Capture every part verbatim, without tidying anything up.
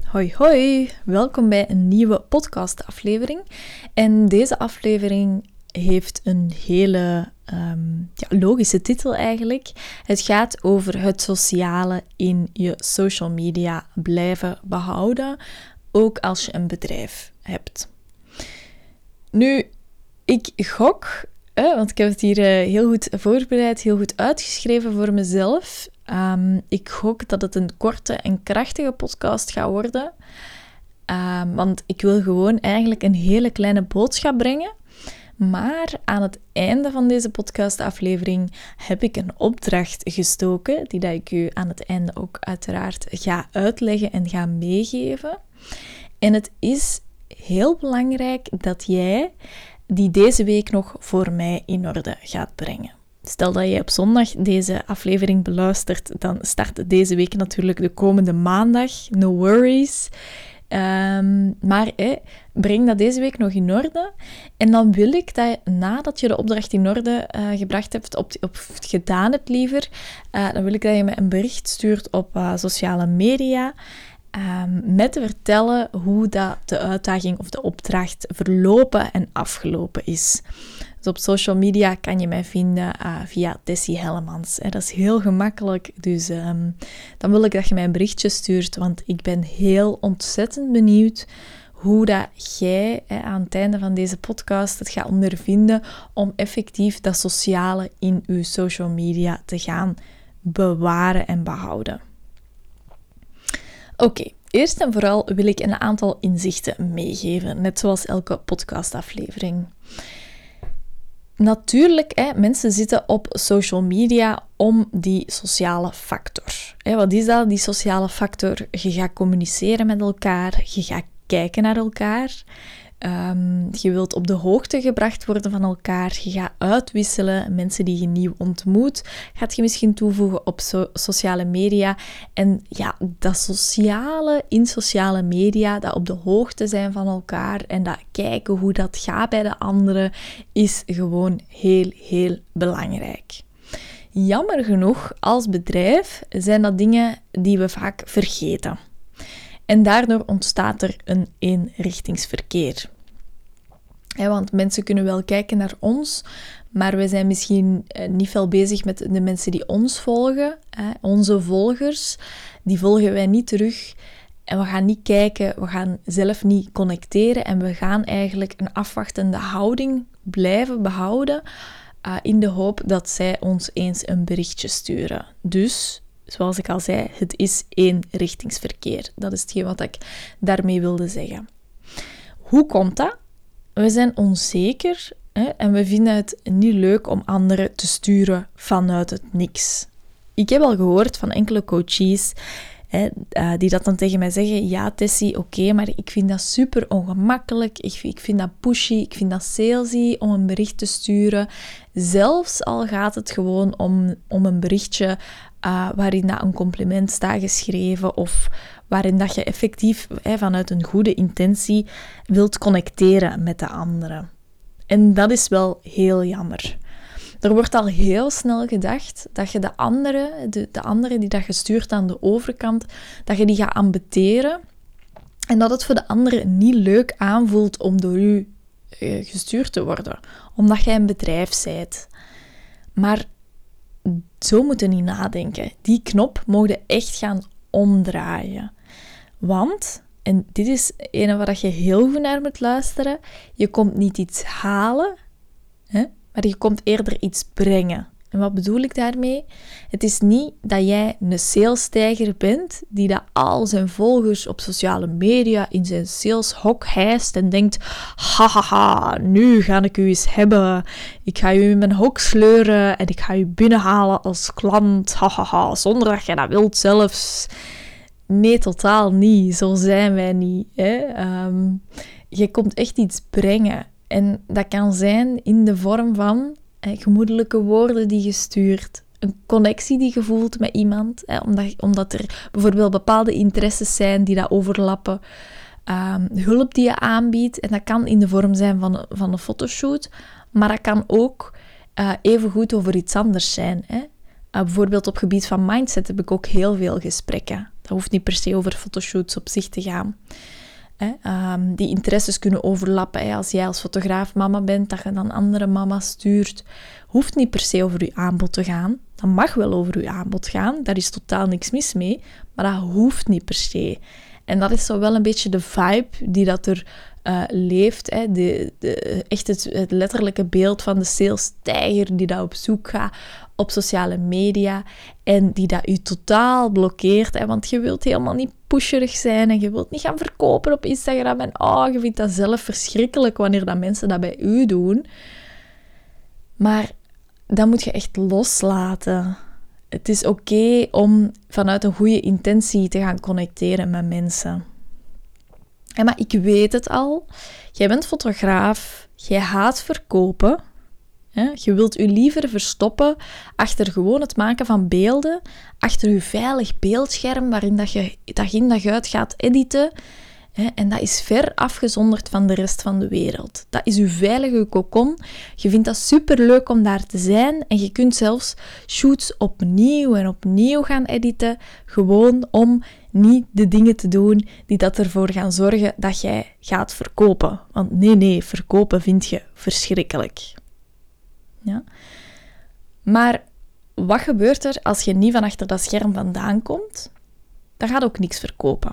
Hoi hoi, welkom bij een nieuwe podcastaflevering. En deze aflevering heeft een hele um, ja, logische titel eigenlijk. Het gaat over het sociale in je social media blijven behouden, ook als je een bedrijf hebt. Nu, ik gok, eh, want ik heb het hier uh, heel goed voorbereid, heel goed uitgeschreven voor mezelf. Um, ik gok dat het een korte en krachtige podcast gaat worden. Um, want ik wil gewoon eigenlijk een hele kleine boodschap brengen. Maar aan het einde van deze podcastaflevering heb ik een opdracht gestoken, die dat ik u aan het einde ook uiteraard ga uitleggen en ga meegeven. En het is heel belangrijk dat jij die deze week nog voor mij in orde gaat brengen. Stel dat je op zondag deze aflevering beluistert, dan start deze week natuurlijk de komende maandag. No worries. Um, maar eh, breng dat deze week nog in orde. En dan wil ik dat je, nadat je de opdracht in orde uh, gebracht hebt, op, op gedaan hebt liever, uh, dan wil ik dat je me een bericht stuurt op uh, sociale media. Um, met te vertellen hoe dat de uitdaging of de opdracht verlopen en afgelopen is. Dus op social media kan je mij vinden uh, via Tessie Hellemans. Dat is heel gemakkelijk, dus um, dan wil ik dat je mij een berichtje stuurt, want ik ben heel ontzettend benieuwd hoe dat jij hè, aan het einde van deze podcast het gaat ondervinden om effectief dat sociale in je social media te gaan bewaren en behouden. Oké, okay, eerst en vooral wil ik een aantal inzichten meegeven, net zoals elke podcastaflevering. Natuurlijk, hè, mensen zitten op social media om die sociale factor. Hè, wat is dat, die sociale factor? Je gaat communiceren met elkaar, je gaat kijken naar elkaar. Um, je wilt op de hoogte gebracht worden van elkaar. Je gaat uitwisselen. Mensen die je nieuw ontmoet, gaat je misschien toevoegen op so- sociale media. En ja, dat sociale in sociale media, dat op de hoogte zijn van elkaar en dat kijken hoe dat gaat bij de anderen, is gewoon heel, heel belangrijk. Jammer genoeg, als bedrijf zijn dat dingen die we vaak vergeten. En daardoor ontstaat er een eenrichtingsverkeer. Ja, want mensen kunnen wel kijken naar ons, maar we zijn misschien niet veel bezig met de mensen die ons volgen. Hè. Onze volgers, die volgen wij niet terug. En we gaan niet kijken, we gaan zelf niet connecteren. En we gaan eigenlijk een afwachtende houding blijven behouden, uh, in de hoop dat zij ons eens een berichtje sturen. Dus, zoals ik al zei, het is eenrichtingsverkeer. Dat is hetgeen wat ik daarmee wilde zeggen. Hoe komt dat? We zijn onzeker hè, en we vinden het niet leuk om anderen te sturen vanuit het niks. Ik heb al gehoord van enkele coaches hè, uh, die dat dan tegen mij zeggen. Ja, Tessie, oké, okay, maar ik vind dat super ongemakkelijk. Ik, ik vind dat pushy, ik vind dat salesy om een bericht te sturen. Zelfs al gaat het gewoon om, om een berichtje uh, waarin dat een compliment staat geschreven of waarin dat je effectief hè, vanuit een goede intentie wilt connecteren met de anderen. En dat is wel heel jammer. Er wordt al heel snel gedacht dat je de anderen, de, de anderen die dat je stuurt aan de overkant, dat je die gaat ambeteren en dat het voor de anderen niet leuk aanvoelt om door u uh, gestuurd te worden, omdat jij een bedrijf bent. Maar zo moet je niet nadenken. Die knop mogen je echt gaan omdraaien. Want, en dit is een waar je heel goed naar moet luisteren, je komt niet iets halen, hè, maar je komt eerder iets brengen. En wat bedoel ik daarmee? Het is niet dat jij een salestijger bent die dat al zijn volgers op sociale media in zijn saleshok hijst en denkt, hahaha, nu ga ik u eens hebben. Ik ga u in mijn hok sleuren en ik ga u binnenhalen als klant, hahaha, zonder dat jij dat wilt zelfs. Nee, totaal niet. Zo zijn wij niet. Hè? Um, je komt echt iets brengen. En dat kan zijn in de vorm van hè, gemoedelijke woorden die je stuurt. Een connectie die je voelt met iemand. Hè, omdat, omdat er bijvoorbeeld bepaalde interesses zijn die dat overlappen. Um, hulp die je aanbiedt. En dat kan in de vorm zijn van, van een fotoshoot. Maar dat kan ook uh, even goed over iets anders zijn. Hè? Uh, bijvoorbeeld op gebied van mindset heb ik ook heel veel gesprekken. Dat hoeft niet per se over fotoshoots op zich te gaan. Hè? Um, die interesses kunnen overlappen. Hè? Als jij als fotograaf mama bent, dat je dan andere mama's stuurt. Hoeft niet per se over je aanbod te gaan. Dat mag wel over je aanbod gaan. Daar is totaal niks mis mee. Maar dat hoeft niet per se. En dat is zo wel een beetje de vibe die dat er uh, leeft. Hè? De, de, echt het, het letterlijke beeld van de salestijger die dat op zoek gaat op sociale media en die dat u totaal blokkeert. Hè? Want je wilt helemaal niet pusherig zijn en je wilt niet gaan verkopen op Instagram. En oh, je vindt dat zelf verschrikkelijk wanneer dat mensen dat bij u doen. Maar dat moet je echt loslaten. Het is oké okay om vanuit een goede intentie te gaan connecteren met mensen. En maar ik weet het al. Jij bent fotograaf. Jij haat verkopen. Je wilt je liever verstoppen achter gewoon het maken van beelden. Achter je veilig beeldscherm waarin dat je dag in dag uit gaat editen. En dat is ver afgezonderd van de rest van de wereld. Dat is uw veilige cocon. Je vindt dat superleuk om daar te zijn. En je kunt zelfs shoots opnieuw en opnieuw gaan editen. Gewoon om niet de dingen te doen die dat ervoor gaan zorgen dat jij gaat verkopen. Want nee, nee, verkopen vind je verschrikkelijk. Ja? Maar wat gebeurt er als je niet van achter dat scherm vandaan komt? Dan gaat ook niks verkopen.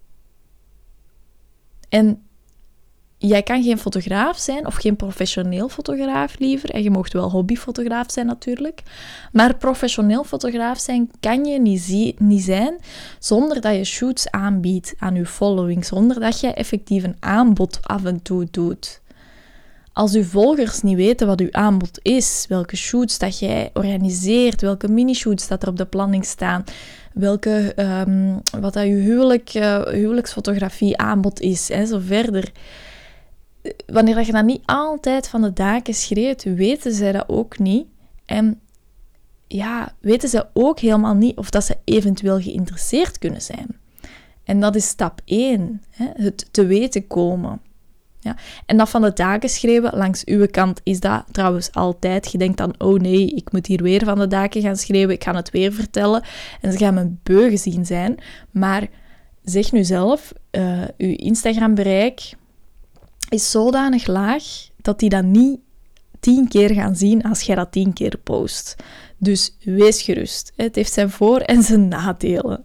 En jij kan geen fotograaf zijn, of geen professioneel fotograaf liever. En je mocht wel hobbyfotograaf zijn natuurlijk. Maar professioneel fotograaf zijn kan je niet, zie- niet zijn zonder dat je shoots aanbiedt aan je following. Zonder dat je effectief een aanbod af en toe doet. Als uw volgers niet weten wat uw aanbod is, welke shoots dat jij organiseert, welke mini-shoots dat er op de planning staan, welke, um, wat dat je huwelijk, uh, huwelijksfotografie aanbod is, en zo verder. Wanneer dat je dat niet altijd van de daken schreeuwt, weten zij dat ook niet. En ja, weten ze ook helemaal niet of dat ze eventueel geïnteresseerd kunnen zijn. En dat is stap één, hè, het te weten komen. Ja. En dat van de daken schreeuwen, langs uw kant is dat trouwens altijd. Je denkt dan, oh nee, ik moet hier weer van de daken gaan schreeuwen, ik ga het weer vertellen. En ze gaan me beu gezien zijn. Maar zeg nu zelf, uh, uw Instagram-bereik is zodanig laag dat die dat niet tien keer gaan zien als jij dat tien keer post. Dus wees gerust. Het heeft zijn voor- en zijn nadelen.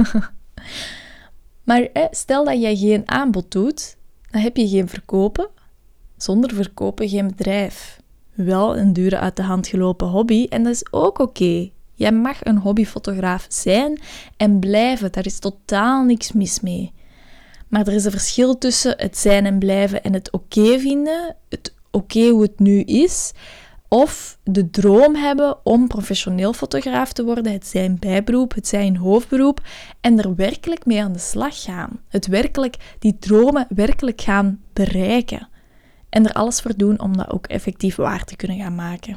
Maar stel dat jij geen aanbod doet, dan heb je geen verkopen. Zonder verkopen geen bedrijf. Wel een dure uit de hand gelopen hobby en dat is ook oké. Jij mag een hobbyfotograaf zijn en blijven. Daar is totaal niks mis mee. Maar er is een verschil tussen het zijn en blijven en het oké vinden, het oké hoe het nu is, of de droom hebben om professioneel fotograaf te worden, het zij een bijberoep, het zij een hoofdberoep, en er werkelijk mee aan de slag gaan. Het werkelijk, die dromen werkelijk gaan bereiken. En er alles voor doen om dat ook effectief waar te kunnen gaan maken.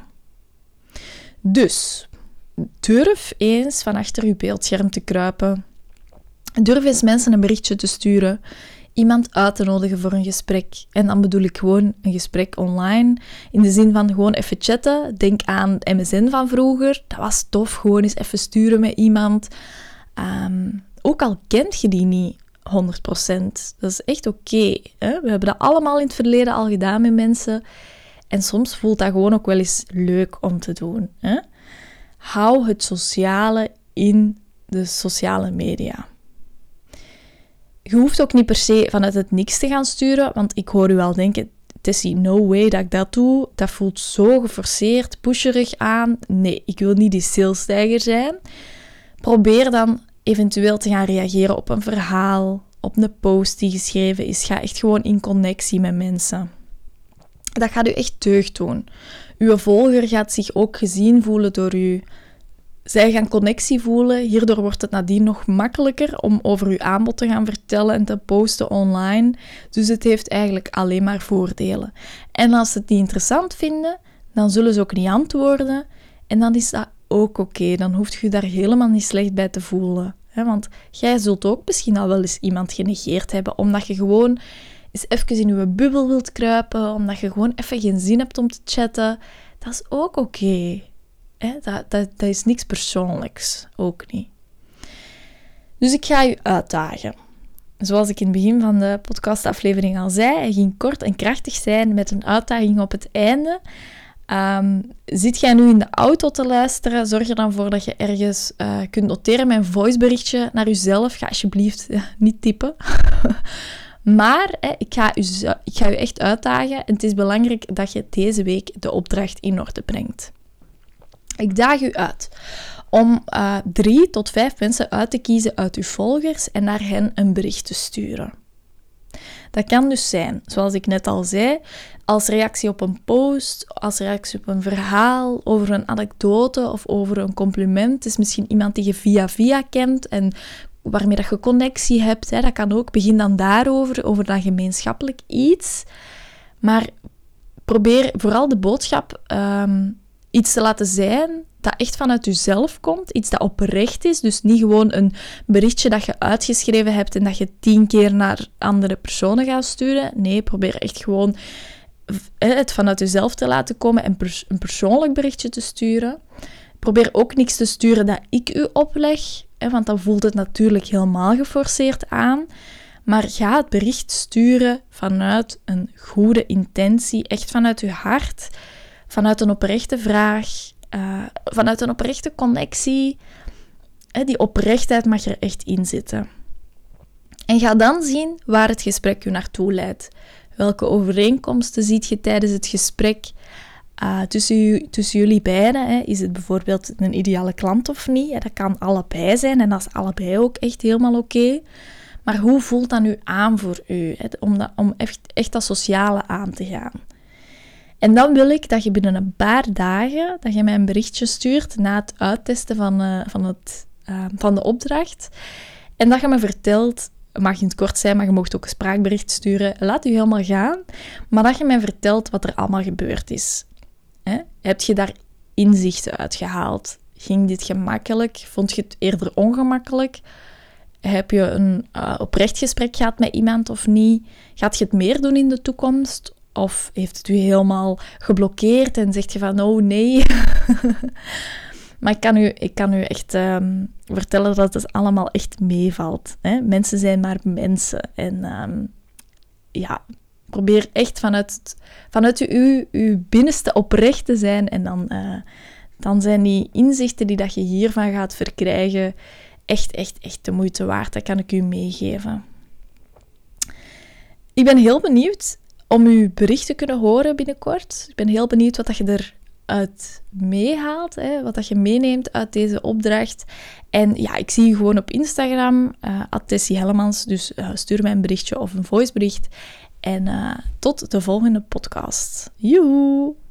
Dus, durf eens van achter je beeldscherm te kruipen. Durf eens mensen een berichtje te sturen. Iemand uit te nodigen voor een gesprek. En dan bedoel ik gewoon een gesprek online. In de zin van gewoon even chatten. Denk aan M S N van vroeger. Dat was tof. Gewoon eens even sturen met iemand. Um, ook al kent je die niet honderd procent. Dat is echt oké. Okay, we hebben dat allemaal in het verleden al gedaan met mensen. En soms voelt dat gewoon ook wel eens leuk om te doen. Hè? Hou het sociale in de sociale media. Je hoeft ook niet per se vanuit het niks te gaan sturen, want ik hoor u al denken, Tessie, no way dat ik dat doe. Dat voelt zo geforceerd, pusherig aan. Nee, ik wil niet die salesstijger zijn. Probeer dan eventueel te gaan reageren op een verhaal, op een post die geschreven is. Ga echt gewoon in connectie met mensen. Dat gaat u echt deugd doen. Uw volger gaat zich ook gezien voelen door u. Zij gaan connectie voelen. Hierdoor wordt het nadien nog makkelijker om over uw aanbod te gaan vertellen en te posten online. Dus het heeft eigenlijk alleen maar voordelen. En als ze het niet interessant vinden, dan zullen ze ook niet antwoorden. En dan is dat ook oké. Okay. Dan hoeft je daar helemaal niet slecht bij te voelen. Want jij zult ook misschien al wel eens iemand genegeerd hebben, omdat je gewoon eens even in je bubbel wilt kruipen, omdat je gewoon even geen zin hebt om te chatten. Dat is ook oké. Okay. Dat, dat, dat is niks persoonlijks, ook niet. Dus ik ga je uitdagen. Zoals ik in het begin van de podcastaflevering al zei, hij ging kort en krachtig zijn met een uitdaging op het einde. Um, zit jij nu in de auto te luisteren, zorg er dan voor dat je ergens uh, kunt noteren met een voiceberichtje naar jezelf. Ga alsjeblieft ja, niet typen. Maar hè, ik, ga u, ik ga u echt uitdagen en het is belangrijk dat je deze week de opdracht in orde brengt. Ik daag u uit om uh, drie tot vijf mensen uit te kiezen uit uw volgers en naar hen een bericht te sturen. Dat kan dus zijn, zoals ik net al zei, als reactie op een post, als reactie op een verhaal, over een anekdote of over een compliment. Het is misschien iemand die je via via kent en waarmee dat je connectie hebt. Hè. Dat kan ook. Begin dan daarover, over dat gemeenschappelijk iets. Maar probeer vooral de boodschap um, iets te laten zijn dat echt vanuit jezelf komt. Iets dat oprecht is. Dus niet gewoon een berichtje dat je uitgeschreven hebt en dat je tien keer naar andere personen gaat sturen. Nee, probeer echt gewoon het vanuit jezelf te laten komen en pers- een persoonlijk berichtje te sturen. Probeer ook niks te sturen dat ik u opleg, hè, want dan voelt het natuurlijk helemaal geforceerd aan. Maar ga het bericht sturen vanuit een goede intentie, echt vanuit je hart, vanuit een oprechte vraag, uh, vanuit een oprechte connectie. Hè, die oprechtheid mag er echt in zitten. En ga dan zien waar het gesprek u naartoe leidt. Welke overeenkomsten ziet je tijdens het gesprek uh, tussen, tussen jullie beiden? Hè? Is het bijvoorbeeld een ideale klant of niet? Ja, dat kan allebei zijn en dat is allebei ook echt helemaal oké. Okay. Maar hoe voelt dat nu aan voor u? Hè? Om, dat, om echt, echt dat sociale aan te gaan. En dan wil ik dat je binnen een paar dagen, dat je mij een berichtje stuurt na het uittesten van, uh, van, het, uh, van de opdracht. En dat je me vertelt, mag in het kort zijn, maar je mag ook een spraakbericht sturen. Laat u helemaal gaan. Maar dat je mij vertelt wat er allemaal gebeurd is. Hè? Heb je daar inzichten uitgehaald? Ging dit gemakkelijk? Vond je het eerder ongemakkelijk? Heb je een uh, oprecht gesprek gehad met iemand of niet? Gaat je het meer doen in de toekomst? Of heeft het u helemaal geblokkeerd en zegt je van, oh nee... Maar ik kan u, ik kan u echt um, vertellen dat het allemaal echt meevalt. Hè? Mensen zijn maar mensen. En um, ja, probeer echt vanuit, vanuit uw, uw binnenste oprecht te zijn. En dan, uh, dan zijn die inzichten die dat je hiervan gaat verkrijgen echt, echt, echt de moeite waard. Dat kan ik u meegeven. Ik ben heel benieuwd om uw bericht te kunnen horen binnenkort. Ik ben heel benieuwd wat dat je er uit meehaalt, hè, wat dat je meeneemt uit deze opdracht. En ja, ik zie je gewoon op Instagram, uh, at Tessie Hellemans, dus uh, stuur mij een berichtje of een voicebericht. En uh, tot de volgende podcast. Joehoe!